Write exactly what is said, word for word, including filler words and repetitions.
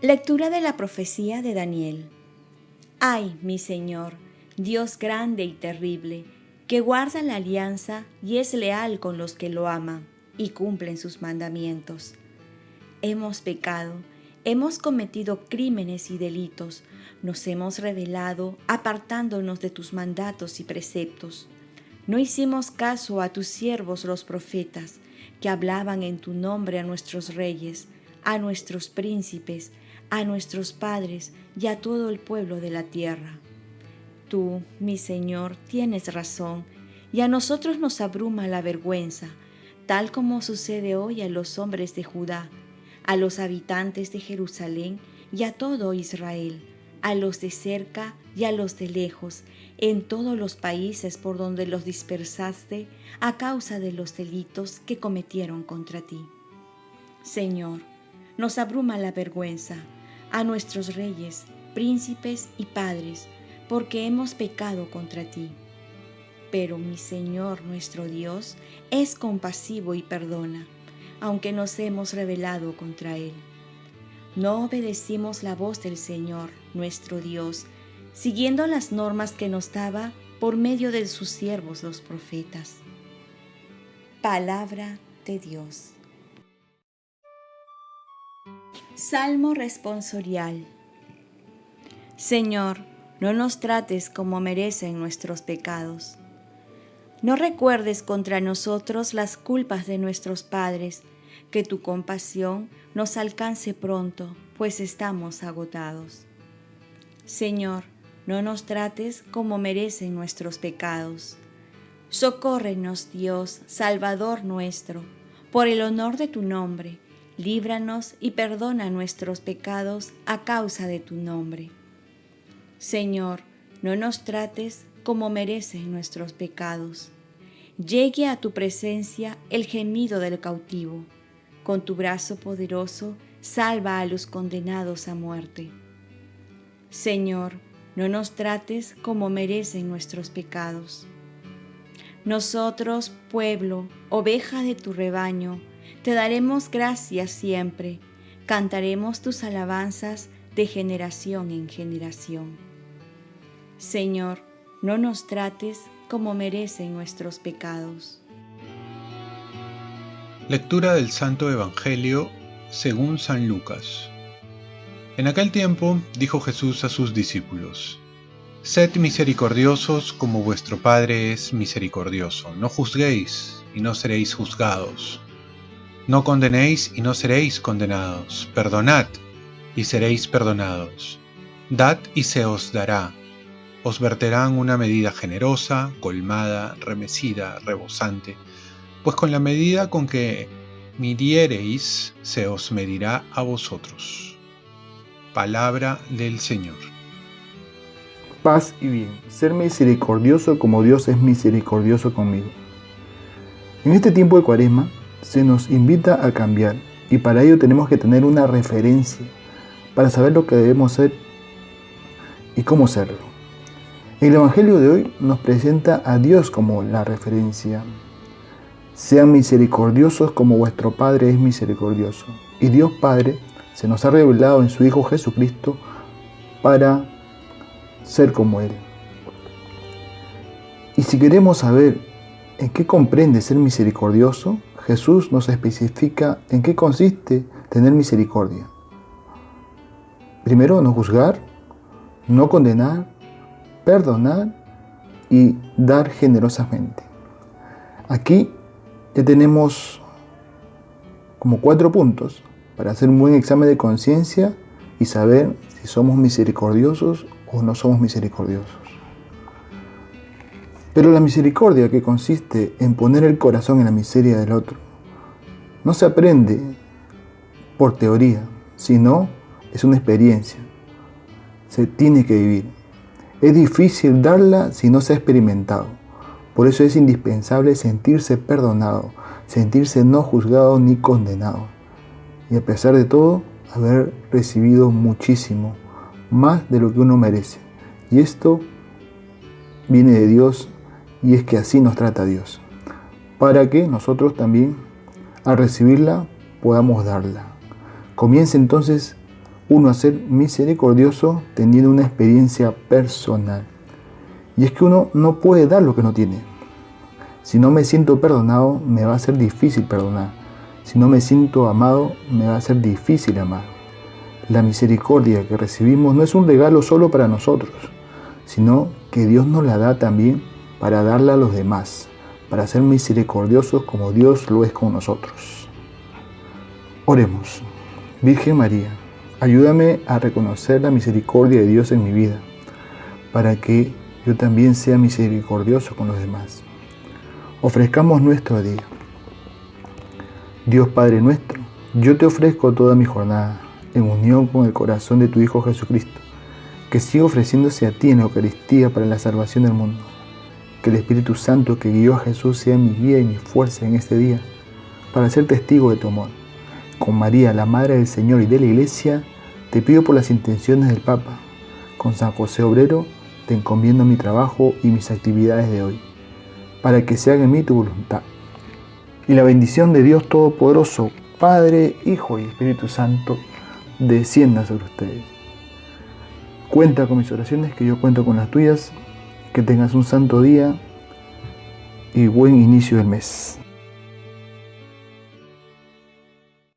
Lectura de la profecía de Daniel. Ay, mi Señor, Dios grande y terrible, que guarda la alianza y es leal con los que lo aman y cumplen sus mandamientos. Hemos pecado, hemos cometido crímenes y delitos, nos hemos rebelado apartándonos de tus mandatos y preceptos. No hicimos caso a tus siervos los profetas, que hablaban en tu nombre a nuestros reyes, a nuestros príncipes, a nuestros padres y a todo el pueblo de la tierra. Tú, mi Señor, tienes razón, y a nosotros nos abruma la vergüenza, tal como sucede hoy a los hombres de Judá, a los habitantes de Jerusalén y a todo Israel, a los de cerca y a los de lejos, en todos los países por donde los dispersaste a causa de los delitos que cometieron contra ti. Señor, nos abruma la vergüenza, a nuestros reyes, príncipes y padres, porque hemos pecado contra ti. Pero mi Señor nuestro Dios es compasivo y perdona, aunque nos hemos rebelado contra Él. No obedecimos la voz del Señor nuestro Dios, siguiendo las normas que nos daba por medio de sus siervos los profetas. Palabra de Dios. Salmo responsorial. Señor, no nos trates como merecen nuestros pecados. No recuerdes contra nosotros las culpas de nuestros padres, que tu compasión nos alcance pronto, pues estamos agotados. Señor, no nos trates como merecen nuestros pecados. Socórrenos, Dios, Salvador nuestro, por el honor de tu nombre. Líbranos y perdona nuestros pecados a causa de tu nombre. Señor, no nos trates como merecen nuestros pecados. Llegue a tu presencia el gemido del cautivo. Con tu brazo poderoso, salva a los condenados a muerte. Señor, no nos trates como merecen nuestros pecados. Nosotros, pueblo, oveja de tu rebaño, te daremos gracias siempre, cantaremos tus alabanzas de generación en generación. Señor, no nos trates como merecen nuestros pecados. Lectura del Santo Evangelio según San Lucas. En aquel tiempo dijo Jesús a sus discípulos: Sed misericordiosos como vuestro Padre es misericordioso. No juzguéis y no seréis juzgados. No condenéis y no seréis condenados. Perdonad y seréis perdonados. Dad y se os dará. Os verterán una medida generosa, colmada, remecida, rebosante, pues con la medida con que midiereis se os medirá a vosotros. Palabra del Señor. Paz y bien, ser misericordioso como Dios es misericordioso conmigo. En este tiempo de Cuaresma se nos invita a cambiar, y para ello tenemos que tener una referencia para saber lo que debemos ser y cómo serlo. El Evangelio de hoy nos presenta a Dios como la referencia. Sean misericordiosos como vuestro Padre es misericordioso. Y Dios Padre se nos ha revelado en su Hijo Jesucristo para ser como Él. Y si queremos saber en qué comprende ser misericordioso, Jesús nos especifica en qué consiste tener misericordia. Primero, no juzgar, no condenar, perdonar y dar generosamente. Aquí ya tenemos como cuatro puntos para hacer un buen examen de conciencia y saber si somos misericordiosos o no somos misericordiosos. Pero la misericordia, que consiste en poner el corazón en la miseria del otro, no se aprende por teoría, sino es una experiencia. Se tiene que vivir. Es difícil darla si no se ha experimentado. Por eso es indispensable sentirse perdonado, sentirse no juzgado ni condenado. Y a pesar de todo, haber recibido muchísimo, más de lo que uno merece. Y esto viene de Dios, y es que así nos trata Dios, para que nosotros también, al recibirla, podamos darla. Comience entonces uno a ser misericordioso teniendo una experiencia personal. Y es que uno no puede dar lo que no tiene. Si no me siento perdonado, me va a ser difícil perdonar. Si no me siento amado, me va a ser difícil amar. La misericordia que recibimos no es un regalo solo para nosotros, sino que Dios nos la da también para darla a los demás, para ser misericordiosos como Dios lo es con nosotros. Oremos. Virgen María, ayúdame a reconocer la misericordia de Dios en mi vida, para que yo también sea misericordioso con los demás. Ofrezcamos nuestro día. Dios Padre nuestro, yo te ofrezco toda mi jornada, en unión con el corazón de tu Hijo Jesucristo, que siga ofreciéndose a ti en la Eucaristía para la salvación del mundo. Que el Espíritu Santo que guió a Jesús sea mi guía y mi fuerza en este día, para ser testigo de tu amor. Con María, la Madre del Señor y de la Iglesia, te pido por las intenciones del Papa. Con San José Obrero, te encomiendo mi trabajo y mis actividades de hoy, para que se haga en mí tu voluntad. Y la bendición de Dios Todopoderoso, Padre, Hijo y Espíritu Santo, descienda sobre ustedes. Cuenta con mis oraciones, que yo cuento con las tuyas. Que tengas un santo día y buen inicio del mes.